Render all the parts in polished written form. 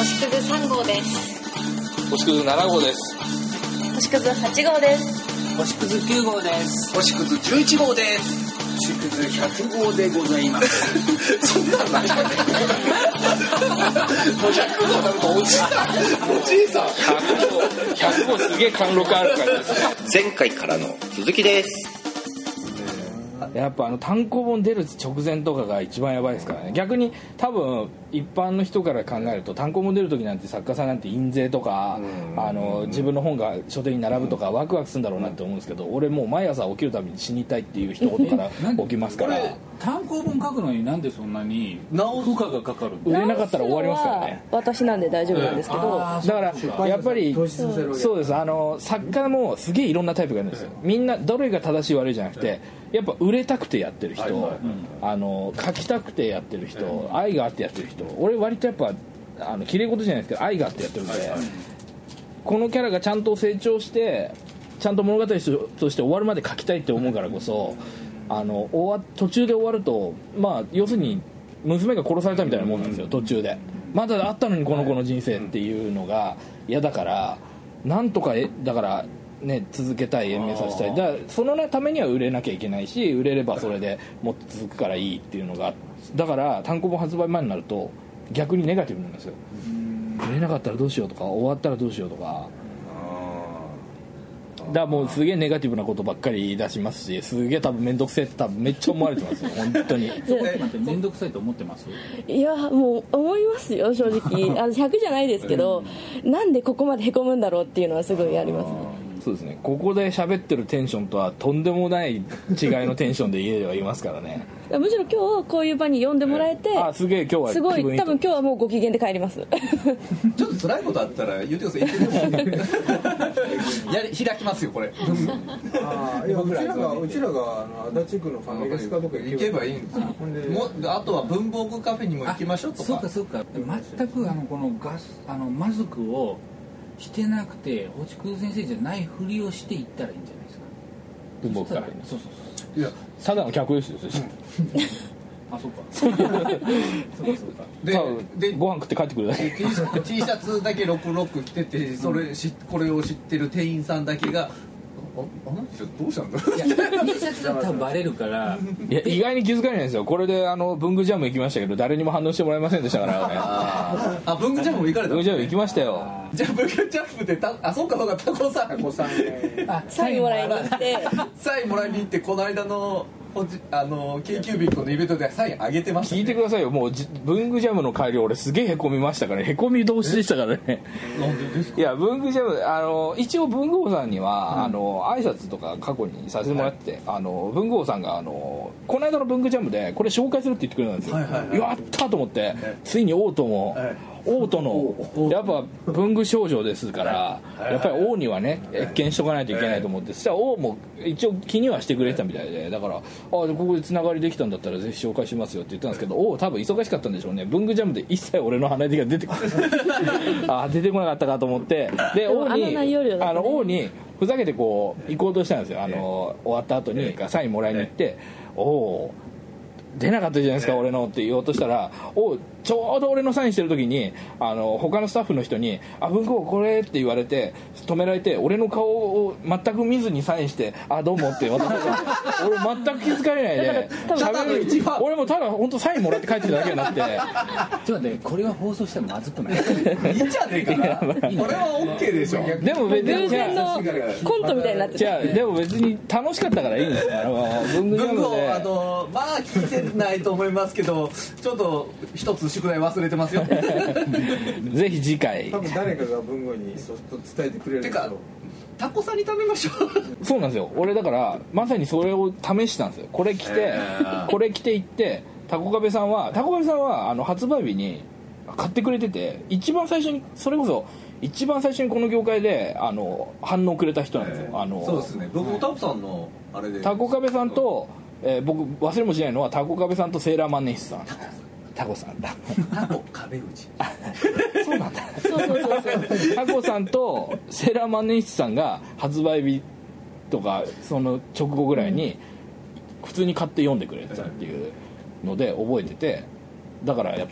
星屑3号です。 星屑7号です。 星屑8号です。 星屑9号です。 星屑11号です。 星屑100号でございます。 そんなんないじゃねもう100号になるとおじいさん 100号すげえ貫禄あるからです。 前回からの続きです。 やっぱ単行本出る直前とかが一番やばいですからね。逆に多分一般の人から考えると単行本出る時なんて作家さんなんて印税とか自分の本が書店に並ぶとかワクワクするんだろうなって思うんですけど、俺もう毎朝起きるたびに死にたいっていう一言から起きますから。 単行本書くのになんでそんなに負荷がかかるん売れなかったら終わりますからね。 私なんで大丈夫なんですけど、 だからやっぱりそうです。作家もすげえいろんなタイプがいるんですよ。みんなどれが正しい悪いじゃなくて、やっぱ売れたくてやってる人、書きたくてやってる人、愛があってやってる人。俺割とやっぱ綺麗事じゃないですけど愛があってやってるんで、このキャラがちゃんと成長してちゃんと物語として終わるまで書きたいって思うからこそ、途中で終わると、まあ要するに娘が殺されたみたいなもんなんですよ。途中でまだあったのにこの子の人生っていうのが嫌だから、なんとかだからね、続けたい、延命させたい。だからそのためには売れなきゃいけないし、売れればそれでもっと続くからいいっていうのが、だから単行本発売前になると逆にネガティブなんですよ。売れなかったらどうしようとか、終わったらどうしようとか、だからもうすげえネガティブなことばっかり言い出しますし、すげえ多分面倒くせえって多分めっちゃ思われてますよ本当に。 面倒くさいと思ってます？ いやもう思いますよ正直。100じゃないですけど、なんでここまでへこむんだろうっていうのはすごいありますね。 そうですね。ここで喋ってるテンションとはとんでもない違いのテンションで家ではいますからね。 むしろ今日こういう場に呼んでもらえて、 すげえ今日はすごい多分今日はもうご機嫌で帰ります。 ちょっと辛いことあったら言ってください。開きますよこれ。 いやうちらが足立区のファミレスかとか行けばいいんですよ。あとは文房具カフェにも行きましょうとか。 そうか全くこのマスクをしてなくて星屑先生じゃないふりをしていったらいいんじゃないですか。 文房具カフェに。 そういやただの客ですよ。 あ、そうか。 でご飯食って帰ってくるだけ。 T シャツだけ66着てて、これを知ってる店員さんだけがあの人どうしたんだろう。 いや T シャツだったらバレるから。 いや意外に気づかれないんですよ。これで文具ジャム行きましたけど誰にも反応してもらえませんでしたからね。 文具ジャムも行かれた。 文具ジャム行きましたよ。 じゃあ文具ジャムでそうかタコさんサインもらいに行って、 サインもらいに行って、この間の京急便のイベントでサインあげてました、ね。 聞いてくださいよ。もう文具ジャムの帰り俺すげえへこみましたから、へこみ同士でしたからね。 なんでですか？ いや文具ジャム一応文具王さんには、挨拶とか過去にさせてもらって、文具王さんがこの間の文具ジャムでこれ紹介するって言ってくれたんですよ。やったと思って、ついにオートも。オートのやっぱ文具少女ですから、やっぱり王にはね謁見しとかないといけないと思って、そしたら王も一応気にはしてくれてたみたいで、だからここでつながりできたんだったらぜひ紹介しますよって言ったんですけど、王多分忙しかったんでしょうね。文具ジャムで一切俺の鼻毛が出てこない出てこなかったかと思って、で王にふざけてこう行こうとしたんですよ。終わった後にサインもらいに行って、出なかったじゃないですか、俺のって言おうとしたら、ちょうど俺のサインしてる時に他のスタッフの人に文庫これって言われて止められて、俺の顔を全く見ずにサインしてどうもって私が俺全く気づかれないで俺もただ本当サインもらって帰ってただけになって。 ちょっと待って、これは放送してもまずくない？ いいんじゃねえかな。これは OK でしょ。 でも別に偶然のコントみたいになってた。 でも別に楽しかったからいいんですよ。文具ジャムでまあ聞いてないと思いますけど、ちょっと一つ宿題忘れてますよ。 ぜひ次回多分誰かが文具にそっと伝えてくれるんですよ。 てかタコさんに食べましょう。 そうなんですよ。俺だからまさにそれを試したんですよ。これ着て行って、タコカベさんは発売日に買ってくれてて、一番最初にこの業界で反応くれた人なんですよ。 そうですね。僕もタコさんのあれでタコカベさんと、僕忘れもしないのはタコカベさんとセーラー万年筆さん。タコさんだ。 タコ壁打ち。 そうなんだ。そうタコさんとセーラー万年筆さんが発売日とかその直後ぐらいに普通に買って読んでくれてたっていうので覚えてて、だからやっぱ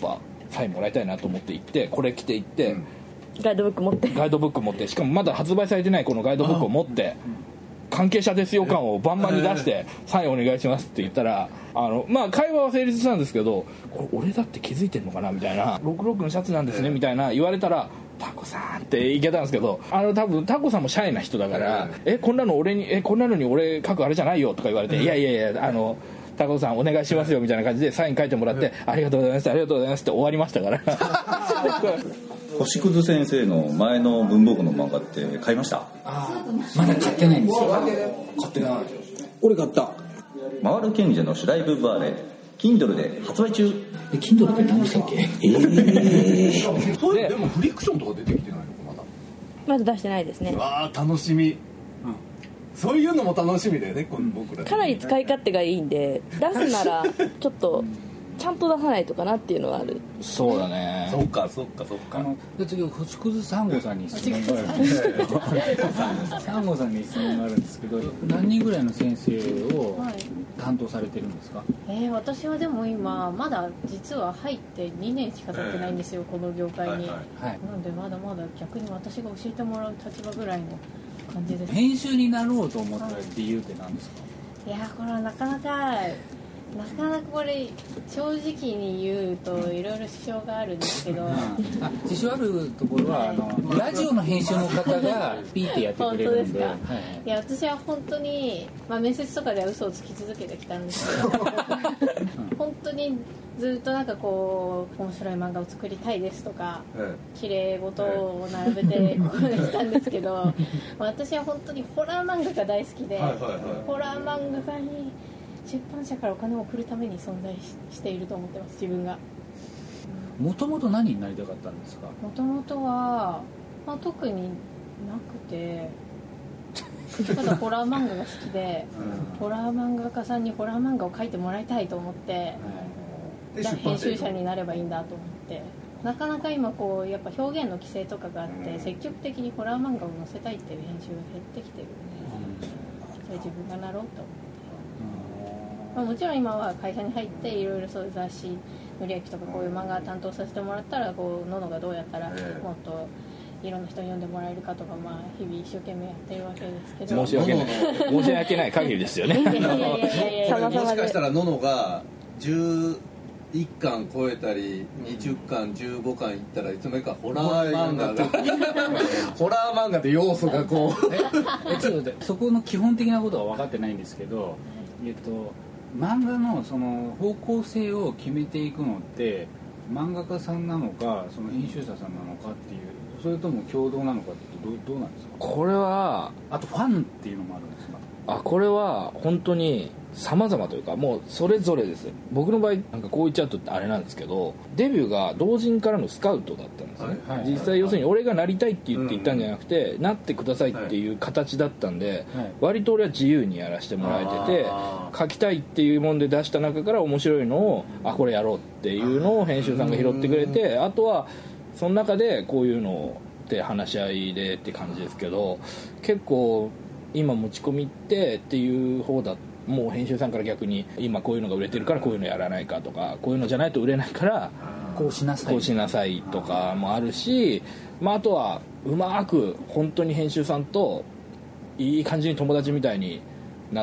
サインもらいたいなと思って行ってこれ着て行って、 ガイドブック持ってしかもまだ発売されてないこのガイドブックを持って関係者ですよ感をバンバンに出してサインお願いしますって言ったらまあ会話は成立したんですけどこれ俺だって気づいてんのかなみたいな66のシャツなんですねみたいな言われたらタコさんっていけたんですけど多分タコさんもシャイな人だからこんなのに俺書くあれじゃないよとか言われていやタコさんお願いしますよみたいな感じでサイン書いてもらってありがとうございますありがとうございますって終わりましたから星屑先生の前の文房具の漫画って買いました？ まだ買ってないんですよ。買ってない。 俺買った。 回る賢者のシュライブバーレ Kindle で発売中。 Kindle って何でしたっけ？ それでもフリクションとか出てきてないのかまだ出してないですね。 わー楽しみ、そういうのも楽しみだよね僕らかなり使い勝手がいいんで出すならちょっとちゃんと出さないとかなっていうのはある。 そうだね。 そっか次星屑サンゴさんに質問があるんですけどサンゴさんに質問があるんですけど何人ぐらいの先生を担当されてるんですか？ 私はでも今まだ実は入って2年しか経ってないんですよ、この業界に、なのでまだまだ逆に私が教えてもらう立場ぐらいの感じです。 編集になろうと思った理由って何ですか？ いやこれはなかなかこれ正直に言うといろいろ支障があるんですけど支障あるところはラジオの編集の方がピーってやってくれるんでいや私は本当に、面接とかでは嘘をつき続けてきたんですけど本当にずっとなんかこう面白い漫画を作りたいですとか綺麗事を並べてここまで来たんですけど私は本当にホラー漫画が大好きで、ホラー漫画家に出版社からお金を送るために存在していると思ってます、自分が。 もともと何になりたかったんですか？ もともとは、特になくてただホラー漫画が好きで、ホラー漫画家さんにホラー漫画を描いてもらいたいと思って、編集者になればいいんだと思って、なかなか今こうやっぱ表現の規制とかがあって積極的にホラー漫画を載せたいっていう編集が減ってきてるので、それ自分がなろうと思って。もちろん今は会社に入っていろいろそういう雑誌売り上げとかこういう漫画担当させてもらったらこうののがどうやったらもっといろんな人に読んでもらえるかとか、日々一生懸命やってるわけですけど、 申し訳ない限りですよね。 もしかしたらののが11巻超えたり20巻15巻いったらいつの間にかホラー漫画がホラー漫画で要素がこうちょっとそこの基本的なことは分かってないんですけど、漫画のその方向性を決めていくのって漫画家さんなのかその編集者さんなのかっていう、それとも共同なのかってどうなんですか？ これはあとファンっていうのもあるんですか？ これは本当に様々というかもうそれぞれです。僕の場合なんかこう言っちゃうとあれなんですけど、デビューが同人からのスカウトだったんですね、実際要するに俺がなりたいって言って行ったんじゃなくて、なってくださいっていう形だったんで、割と俺は自由にやらせてもらえてて、書きたいっていうもんで出した中から面白いのをこれやろうっていうのを編集さんが拾ってくれて、あとはその中でこういうのって話し合いでって感じですけど、結構今持ち込みっていう方だ、もう編集さんから逆に今こういうのが売れてるからこういうのやらないかとか、こういうのじゃないと売れないからこうしなさいとかもあるし、あとはうまく本当に編集さんといい感じに友達みたいになって、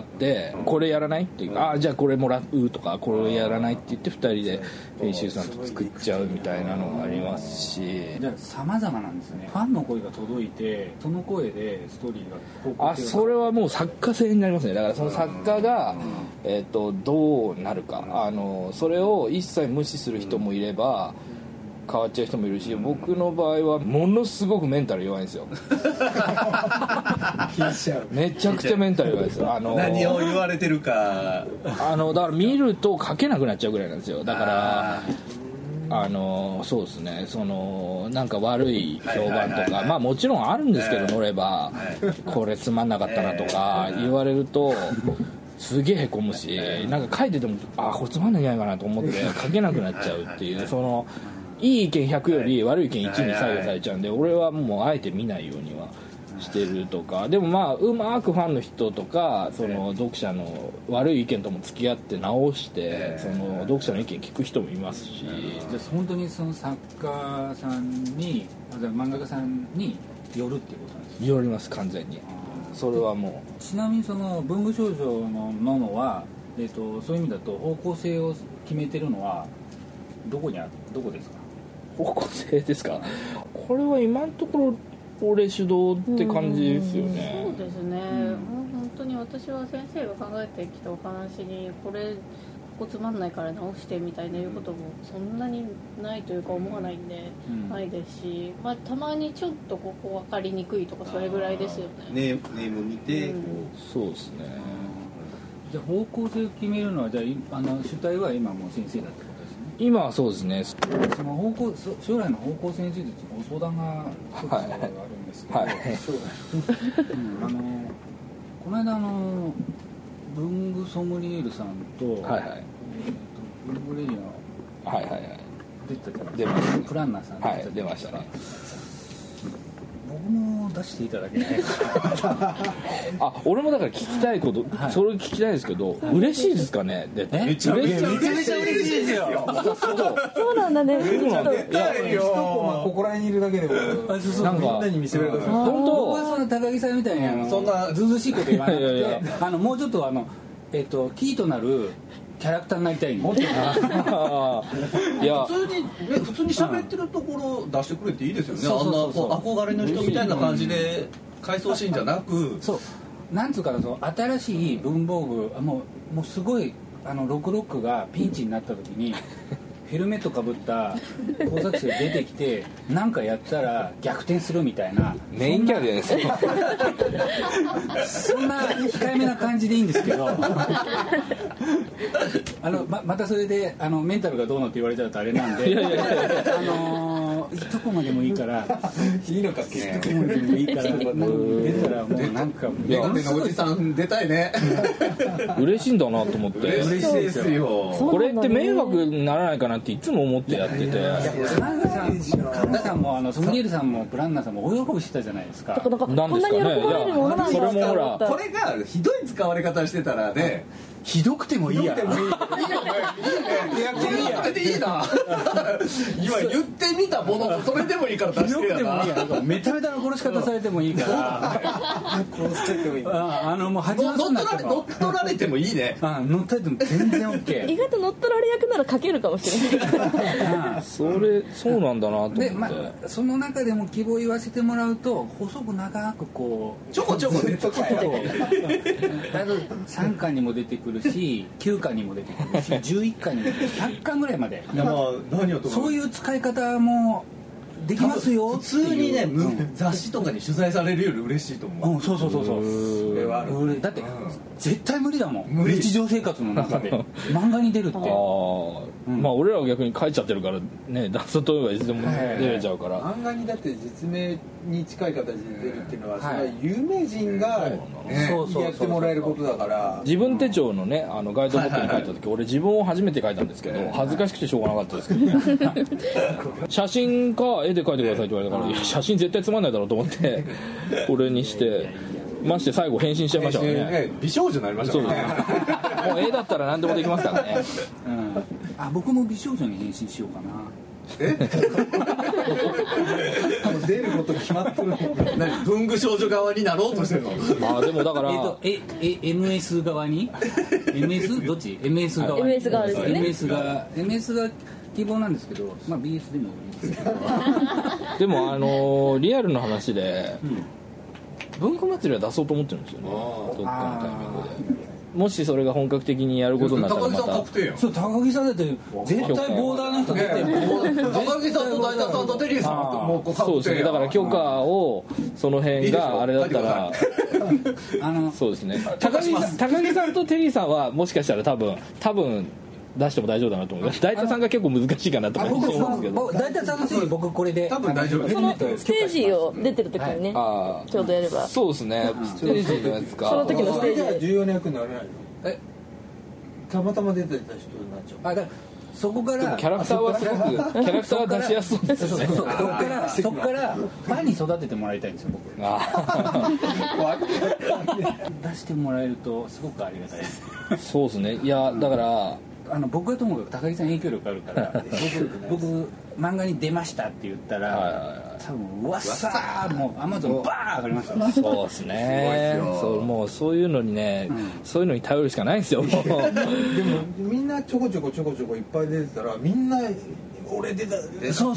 これやらないっていう、じゃあこれもらうとか、これやらないって言って2人で編集さんと作っちゃうみたいなのがありますし、 じゃあ様々なんですね。ファンの声が届いてその声でストーリーがそれはもう作家性になりますね。だからその作家が、どうなるか、それを一切無視する人もいれば変わっちゃう人もいるし、僕の場合はものすごくメンタル弱いんですよめちゃくちゃメンタル弱いですよ。 何を言われてるかだから見ると書けなくなっちゃうぐらいなんですよ。だからそうですね、なんか悪い評判とか、もちろんあるんですけど、乗ればこれつまんなかったなとか言われるとすげえへこむし、なんか書いててもこれつまんないんじゃないかなと思って書けなくなっちゃうっていう、いい意見100より悪い意見1に左右されちゃうんで、俺はもうあえて見ないようにはしてるとか、でもまあうまくファンの人とかその読者の悪い意見とも付き合って直してその読者の意見聞く人もいますし、 じゃあ本当にその作家さんに漫画家さんによるっていうことなんですか？ よります完全に。それはもうちなみにその文具少女のののは、そういう意味だと方向性を決めてるのはどこですか？ 方向性ですか？これは今のところ俺主導って感じですよね。 そうですね、本当に私は先生が考えてきたお話にここつまんないから直してみたいないうこともそんなにないというか思わないんで、ないですし、まあ、たまにちょっとここ分かりにくいとかそれぐらいですよね。 ネーム見て、 そうですね。 じゃあ方向性を決めるのはじゃあ主体は今もう先生だってことですね。 今はそうですね。 その将来の方向性についてご相談が一つあるんですけど、この間文具ソムリエールさんと、文具レディの出てたじゃないですか。プランナーさん出ましたね。 僕も出していただけないかあ、俺もだから聞きたいこと、それ聞きたいですけど、嬉しいですかね？ めちゃめちゃ嬉しいですよ。 そうなんだね。 一コマここら辺にいるだけでもなんかみんなに見せられる。 本当僕はその高木さんみたいにそんなずうずうしいこと言わなくて、もうちょっとキーとなるキャラクターになりたいんで。 いや普通に喋ってるところ出してくれていいですよね。あんな憧れの人みたいな感じで回想シーンじゃなく、 そうなんつうかな、新しい文房具もうすごい66がピンチになった時にヘルメットかぶった工作士が出てきて何かやったら逆転するみたいなメインキャラですよ。 そんな控えめな感じでいいんですけどまたそれでメンタルがどうのって言われちゃうとあれなんで一コマでもいいからいいのかっけ一コマでもいいから出たらもうなんかメガネのおじさん出たいね。 嬉しいんだなと思って。 嬉しいですよ。 これって迷惑にならないかなっていつも思ってやってて、 神田さんもソムリエルさんもプランナーさんも大喜びしてたじゃないですか。 なんですかね。いやそれもほらこれがひどい使われ方してたらね、 ひどくてもいいや。いいよね。 いやこれでいいな。今言ってみたものそれでもいいから出してやな。 メタメタの殺し方されてもいいから。 殺してもいい。 もう始まそうになっても乗っ取られてもいいね。 乗っ取られても全然 OK。 意外と乗っ取られ役なら書けるかもしれない。 そうなんだなと思って。 その中でも希望を言わせてもらうと細く長くこうちょこちょこね。 3巻にも出てくるし9巻にも出てくるし11巻にも出てくる100巻ぐらいまで。そういう使い方もできますよ。 普通にね、雑誌とかに取材されるより嬉しいと思う。 そうそれはある。だって絶対無理だもん。日常生活の中で漫画に出るって。 まあ俺らは逆に書いちゃってるからね、脱走といえばいつでも出れちゃうから。 漫画にだって実名に近い形で出るっていうのは、それは有名人がやってもらえることだから。 自分手帳のねガイドブックに書いた時、俺自分を初めて書いたんですけど恥ずかしくてしょうがなかったですけど、写真か絵で描いてくださいって言われたから、いや写真絶対つまんないだろうと思ってこれにしてまして最後返信しちゃいましたからね。 美少女になりましたね。 もう絵だったら何でもできますからね。 僕も美少女に返信しようかな。 出ること決まってるの。 何文具少女側になろうとしてるの。 でもだから MS 側に MS どっち MS 側 MS 側ですよね。 MS が希望なんですけど、BS でもいいですけどでもリアルな話で、文具祭りは出そうと思ってるんですよね、どっかのタイミングで。もしそれが本格的にやることになったらまた。 高木さんだって絶対ボーダーの人出てる。 高木さんと大田さんとテリーさんもうそうですね。だから許可をその辺があれだったらそうですね。高木さんとテリーさんはもしかしたら多分出しても大丈夫だなと思います。大田さんが結構難しいかなと思うんですけど。 大田さんのせいに僕これで多分大丈夫です。 そのステージを出てる時にね、ちょうどやれば。 そうですね。ステージのやつか。 その時のステージで重要な役になれないの。たまたま出てた人になっちゃう。 そこからでもキャラクターはすごくキャラクターは出しやすそうですよね。 そこからファンに育ててもらいたいんですよ僕。出してもらえるとすごくありがたいです。 そうですね。いやだから僕はともかく高木さん影響力あるから僕漫画に出ましたって言ったら、多分うわっさーもうアマゾンバーン上がりました。 そうですね。もうそういうのにね、そういうのに頼るしかないんですよ。でもみんなちょこちょこいっぱい出てたらみんな俺出た。 そう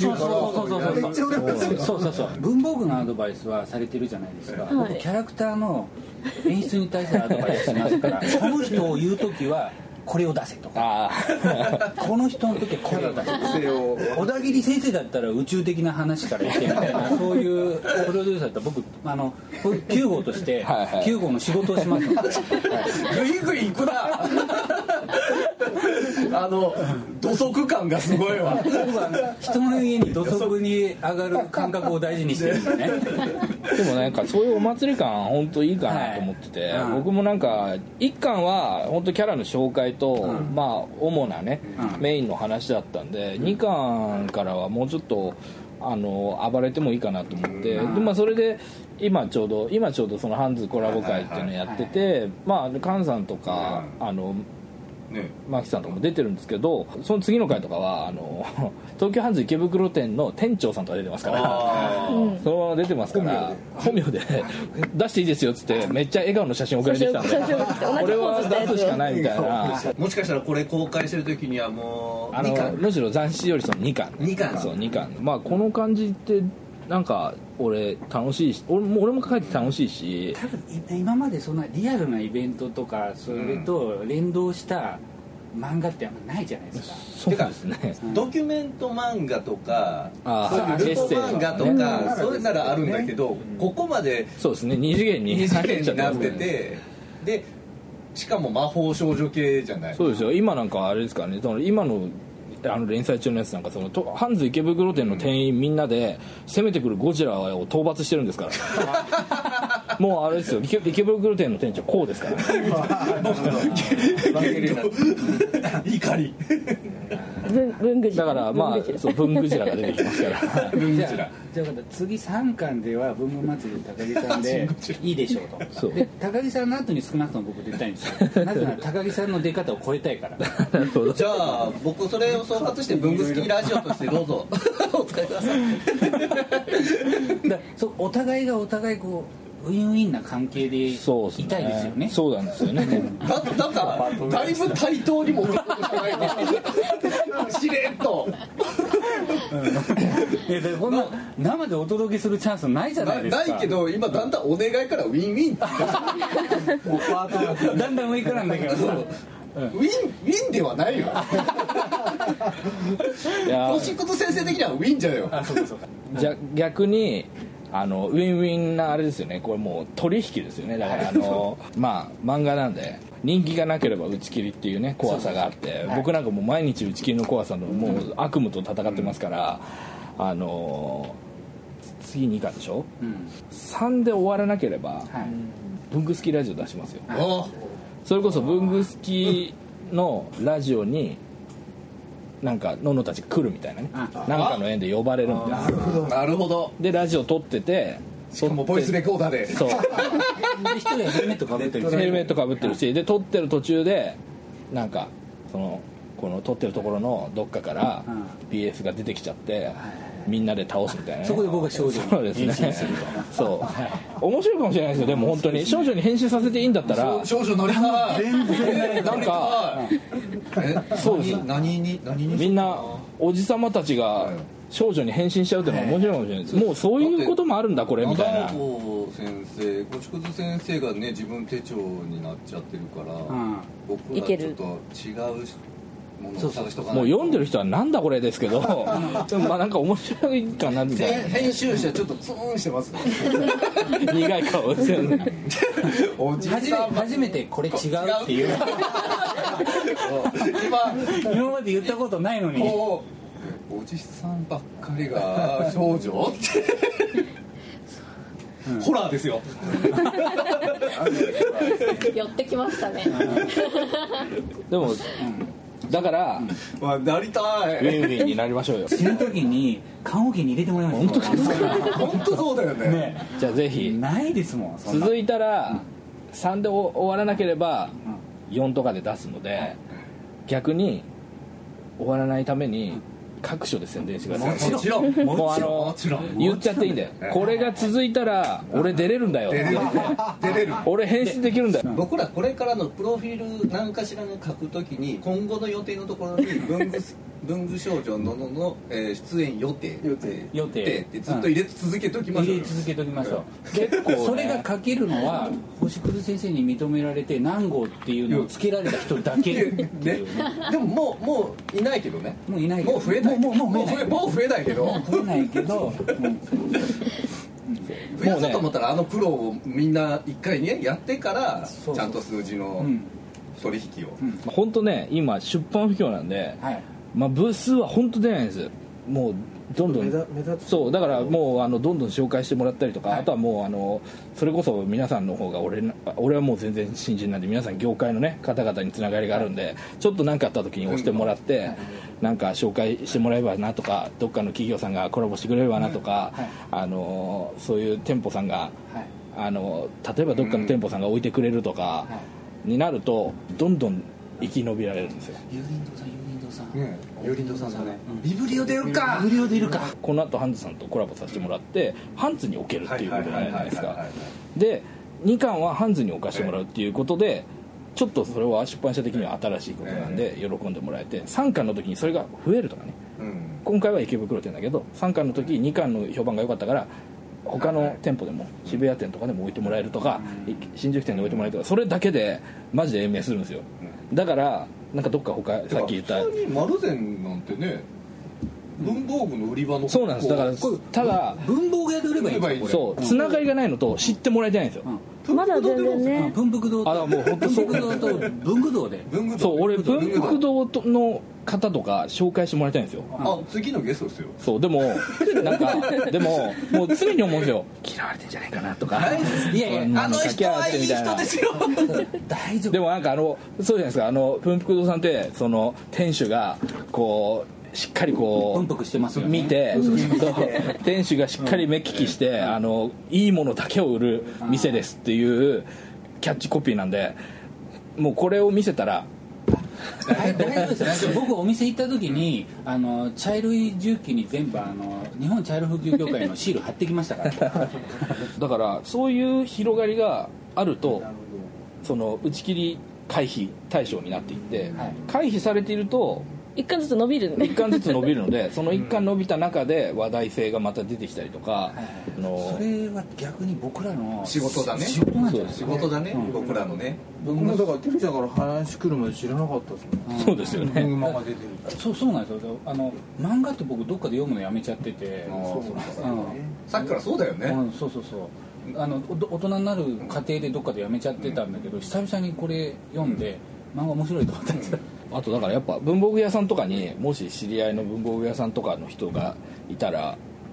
文房具のアドバイスはされてるじゃないですか。僕キャラクターの演出に対するアドバイスしますから、この人を言うときはこれを出せとか、この人の時はこれを出せ。小田切先生だったら宇宙的な話から言ってみたいな、そういうプロデューサーだったら僕9号として9号の仕事をしますので、 グイグイいくな。土足感がすごいわ。 僕は人の家に土足に上がる感覚を大事にしてるんでね。 でもなんかそういうお祭り感本当いいかなと思ってて、僕もなんか1巻は本当キャラの紹介と、まあ主なね、メインの話だったんで、2巻からはもうちょっと暴れてもいいかなと思って、でまあそれで今ちょうどそのハンズコラボ会っていうのをやってて、まあ菅さんとかマキさんとかも出てるんですけど、その次の回とかは東京ハンズ池袋店の店長さんとか出てますから、そのまま出てますから本名で出していいですよっつってめっちゃ笑顔の写真送られてきたんで、これは出すしかないみたいな。 もしかしたらこれ公開してる時にはもう2巻、 むしろ斬新よりその2巻そう2巻、まあこの感じってなんか俺楽しいし、俺も書いて楽しいし、 多分今までそんなリアルなイベントとかそれと連動した漫画ってあんまないじゃないですか。 そうですね。 ドキュメント漫画とかそういうルポ漫画とかそれならあるんだけど、ここまでそうですね、二次元になってて、でしかも魔法少女系じゃない。 そうですよ。今なんかあれですからね、今の連載中のやつなんかハンズ池袋店の店員みんなで攻めてくるゴジラを討伐してるんですからもうあれですよ、池袋店の店長こうですから怒り文具ジラだからまあそう文具ジラが出てきますから文具ジラじゃあ次3巻では文具祭り高木さんでいいでしょうと。で高木さんの後に少なくとも僕出たいんですよ。なぜなら高木さんの出方を超えたいからじゃあ僕それを総括して文具好きラジオとしてどうぞお使いください。 お互いがお互いこうウィンウィンな関係でいたいですよね。 そうなんですよね。 なんかだいぶ対等にもしれっとこんな生でお届けするチャンスないじゃないですか。 ないけど今だんだんお願いからウィンウィンってだんだん上からなんだけどウィンではないよ。星屑先生的にはウィンじゃよ。 逆にウィンウィンなあれですよね。これもう取引ですよね。だからまあ漫画なんで人気がなければ打ち切りっていうね怖さがあって、僕なんかもう毎日打ち切りの怖さのもう悪夢と戦ってますから、次2巻でしょ、3で終わらなければ文具好きラジオ出しますよ。それこそ文具好きのラジオになんかののたちが来るみたいなね、なんかの縁で呼ばれるみたいな。 なるほど。 でラジオ撮ってて、 しかもボイスレコーダーでそう一人はヘルメットかぶってるヘルメットかぶってるし、で撮ってる途中でなんかこの撮ってるところのどっかから BS が出てきちゃってみんなで倒すみたいな、ね、 そこで僕が少女に変身すると。 そう、面白いかもしれないですよ。でも本当に少女に変身させていいんだったら少女乗りたい。 全然なんかそうです。何にみんなおじさまたちが少女に変身しちゃうっていうのは面白いかもしれないです。もうそういうこともあるんだこれみたいな。 先生、星屑先生がね自分手帳になっちゃってるから、僕らちょっと違うものを探しとかないと。 もう読んでる人はなんだこれですけどでもまあなんか面白いかなみたいな。 編集者ちょっとツーンしてますね苦い顔してるね初めてこれ違うっていう今まで言ったことないのにおじさんばっかりが少女ってホラーですよ寄ってきましたねでもだから、 まあ、なりたいウィンウィンになりましょうよ。 死ぬ時に棺桶に入れてもらいます。 本当ですか。 本当そうだよね。 じゃあぜひ。 ないですもん。 続いたら、3で終わらなければ4とかで出すので、逆に終わらないために各所で宣伝してください。 もちろんもちろん言っちゃっていいんだよ。これが続いたら俺出れるんだよ。出れる。俺編出できるんだよ。 僕らこれからのプロフィール何かしらの書くときに今後の予定のところに文具少女の出演予定ってずっと入れ続けときましょう。 入れ続けときましょう。結構それが書けるのは星屑先生に認められて何号っていうのをつけられた人だけっていうね。 でももういないけどね。 もういないけど。 もう増えない。もう増えないけど。 増えないけど。 増やそうと思ったらプロをみんな一回ねやってからちゃんと数字の取引を。 本当ね今出版不況なんで、まあ部数は本当出ないんです。もうどんどんそうだからもうどんどん紹介してもらったりとか、あとはもうそれこそ皆さんの方が俺はもう全然新人なんで皆さん業界のね方々につながりがあるんで、ちょっと何かあった時に押してもらってなんか紹介してもらえばなとか、どっかの企業さんがコラボしてくれればなとか、そういう店舗さんが例えばどっかの店舗さんが置いてくれるとかになるとどんどん生き延びられるんですよ。 ユーリンドさんだね。 ビブリオ出るか。 この後ハンズさんとコラボさせてもらってハンズに置けるっていうことじゃないですか。で2巻はハンズに置かせてもらうっていうことでちょっとそれは出版社的には新しいことなんで喜んでもらえて、3巻の時にそれが増えるとかね、今回は池袋店だけど3巻の時2巻の評判が良かったから他の店舗でも渋谷店とかでも置いてもらえるとか新宿店で置いてもらえるとか、それだけでマジで延命するんですよ。だからなんかどっか他さっき言った普通にマルゼンなんてね文房具の売り場のそうなんです。だからただ文房具屋で売ればいいんですよ。 そうつながりがないのと知ってもらえてないんですよ。 まだ全然ね。 文福堂ともう本当そう。 文福堂と文具堂で。 そう俺文福堂の方とか紹介してもらいたいんですよ。 次のゲストですよ。 そうでもなんかでももう常に思うんですよ。嫌われてんじゃないかなとか。 いやいや人はいい人ですよ。 大丈夫。 でもなんかそうじゃないですか。文福堂さんってその店主がこうしっかりこう文福してますよね。 見て店主がしっかり目利きしていいものだけを売る店ですっていうキャッチコピーなんで、もうこれを見せたら大丈夫ですよ。僕お店行った時に茶色い重機に全部日本茶色普及協会のシール貼ってきましたからだからそういう広がりがあるとその打ち切り回避対象になっていって、回避されていると 1巻ずつ伸びるね。 1巻ずつ伸びるのでその1巻伸びた中で話題性がまた出てきたりとか、 それは逆に僕らの仕事だね。 仕事なんじゃない。 仕事だね、僕らのね。 僕もだからテレちゃんから話来るまで知らなかったですもん。 そうですよね。 漫画出てる。 そうなんですよ。漫画って僕どっかで読むのやめちゃってて、 さっきからそうだよね。 そう大人になる過程でどっかでやめちゃってたんだけど、久々にこれ読んで漫画面白いと思ったんですよ。 あとだからやっぱ文房具屋さんとかにもし知り合いの文房具屋さんとかの人がいたら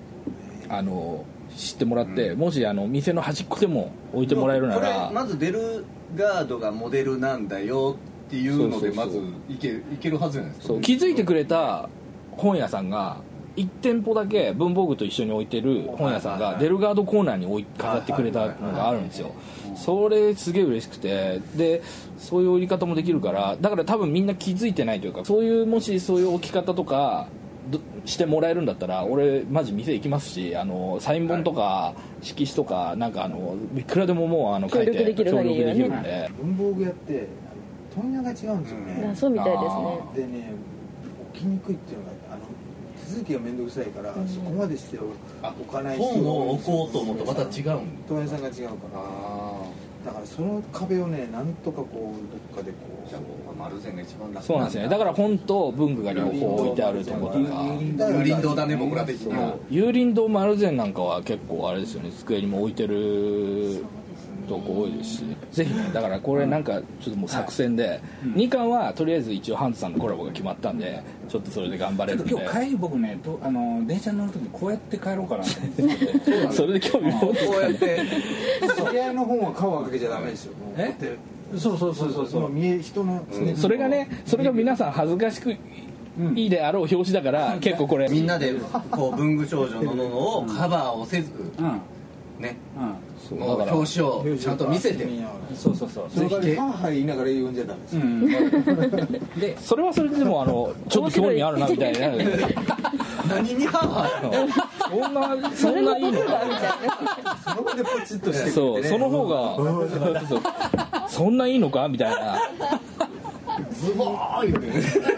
知ってもらって、もし店の端っこでも置いてもらえるなら、 これまずデルガードがモデルなんだよっていうのでまずいけるはずじゃないですか。 そう気づいてくれた本屋さんが1店舗だけ文房具と一緒に置いてる本屋さんがデルガードコーナーに飾ってくれたのがあるんですよ。それすげえ嬉しくて、でそういう売り方もできるから、だから多分みんな気づいてないというか、もしそういう置き方とかしてもらえるんだったら俺マジ店行きますし、サイン本とか色紙とかなんかいくらでももう書いて協力できるんで。 文房具屋って問屋が違うんですよね。 そうみたいですね。 でね置きにくいっていうのが手続きが面倒くさいから、そこまでして置かない人本を置こうと思うとまた違う問屋さんが違うから、だからその壁をねなんとかこうどっかでこうマルゼンが一番楽。 そうなんですね。だから本と文具が両方置いてあるところとか、 有林堂だね僕ら的には。 有林堂マルゼンなんかは結構あれですよね、机にも置いてるとこ多いですし、ぜひね、だからこれなんかちょっともう作戦で、2巻はとりあえず一応ハンズさんのコラボが決まったんでちょっとそれで頑張れるんで、 今日帰り僕ね電車に乗るときにこうやって帰ろうかなと思ってそれで興味持ってこうやって知り合いの本は買うわけじゃダメですよ。 そう人の、 それが皆さん恥ずかしくいいであろう表紙だから結構これみんなでこう文具少女のののをカバーをせずね、もう表紙をちゃんと見せて、 そうそれから母言いながら読んじゃダメです。でそれはそれでもちょっと興味あるなみたいな。 何に母そんないいのか。 その場でポチッとしてそうその方がそんないいのかみたいな。 ズボーン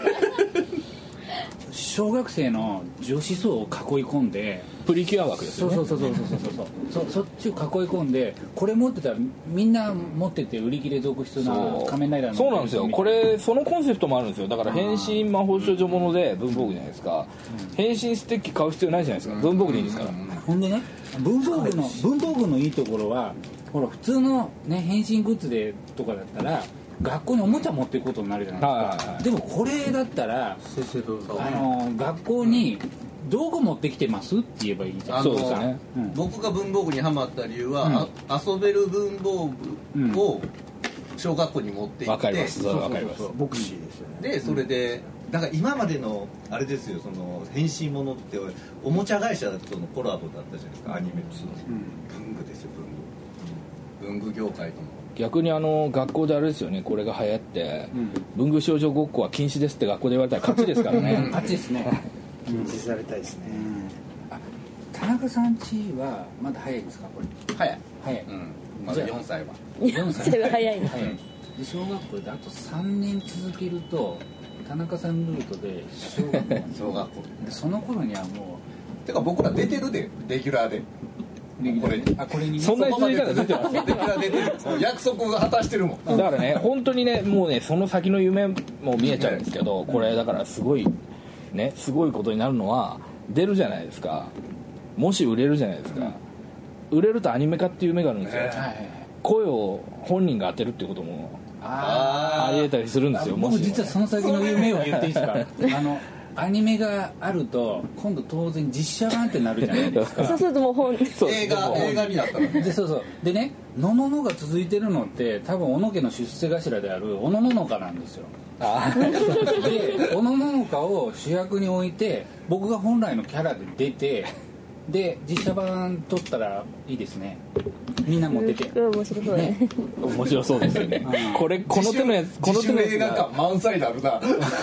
小学生の女子層を囲い込んでプリキュア枠ですよね。 そっちを囲い込んでこれ持ってたらみんな持ってて売り切れ続出な仮面ライダーのそうなんですよ。これそのコンセプトもあるんですよ。だから変身魔法少女もので文房具じゃないですか。変身ステッキ買う必要ないじゃないですか。文房具でいいんですから。 ほんでね文房具のいいところはほら普通のね変身グッズでとかだったら学校におもちゃ持っていくことになるじゃないですか。でもこれだったら学校に道具持ってきてますって言えばいいじゃん。 そうですね。 僕が文房具にハマった理由は、遊べる文房具を小学校に持って行って、 わかります。 ボクシーですよね。 でそれでだから今までのあれですよ、その変身ものっておもちゃ会社とのコラボだったじゃないですか。アニメと文具ですよ。文具業界とも。 逆に学校であれですよね、これが流行って、文具少女ごっこは禁止ですって学校で言われたら勝ちですからね。 勝ちですね。 禁止されたいですね。 田中さんちはまだ早いですかこれ？ 早い。まだ4歳は。 4歳は早いね。 で小学校であと3年続けると田中さんルートで小学校でその頃にはもうてか僕ら出てるでレギュラーで。 これにそんなに続いたら出てます。 約束が果たしてるもん。 だからね本当にねもうねその先の夢も見えちゃうんですけど、これだからすごいことになるのは出るじゃないですか。もし売れるじゃないですか。売れるとアニメ化っていう夢があるんですよ。声を本人が当てるっていうこともありえたりするんですよ。 僕実はその先の夢を言っていいですか？アニメがあると今度当然実写版ってなるじゃないですか。 そうするともう映画になったのでそうでねのののが続いてるのって多分小野家の出世頭である小野ののかなんですよ。で小野ののかを主役に置いて僕が本来のキャラで出てで実写版撮ったらいいですね。みんな持ってて面白そうね。 面白そうですよね。この手のやつ映画館満載になるな。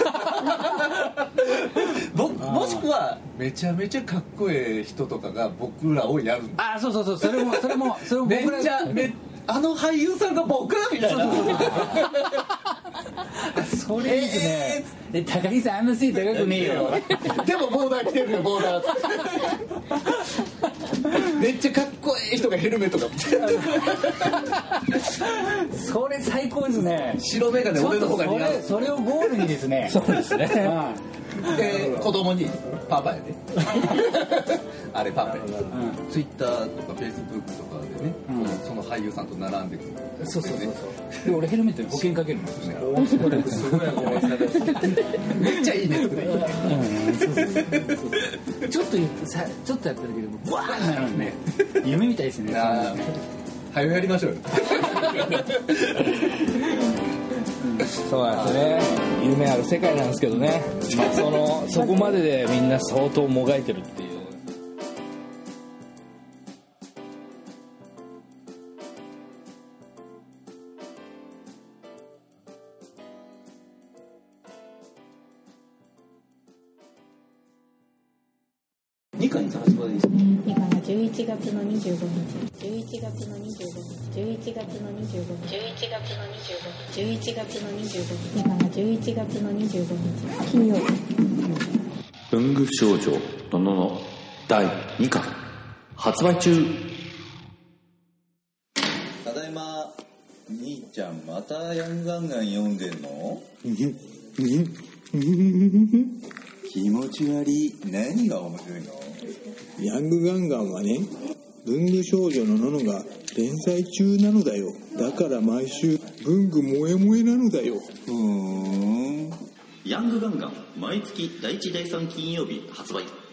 もしくはめちゃめちゃかっこいい人とかが僕らをやる。 そうそれもめっちゃ俳優さんが僕みたいな。 それいいですね。で高木さん背高くねえよ。 でもボーダー着てるよボーダー。めっちゃかっこいい人がヘルメットかぶってる。 それ最高ですね。 白眼鏡俺の方が似合う。 それをゴールにですね。 そうですね。 で子供にパパやで。あれパパや。ツイッターとかフェイスブックとかでね、その俳優さんと並んでくる。 そう。で俺ヘルメットに保険かけるんですね。 すごいめっちゃいいねとかちょっとやっただけでもバーンなるんで夢みたいですね。 はよやりましょうよ。 そうなんですね。夢ある世界なんですけどね。そこまででみんな相当もがいてるっていう。 2巻に探す場でいいですか 2巻が11月の25日11月の25日11月の25日11月の25日11月の25日2巻が11月の25日金曜日。 文具少女ののの第2巻発売中。 ただいま。兄ちゃんまたヤンガンガン読んでんの？気持ち悪い。何が面白いの？ ヤングガンガンはね、文具少女のののが連載中なのだよ。だから毎週文具萌え萌えなのだよ。 ヤングガンガン毎月第1第3金曜日発売。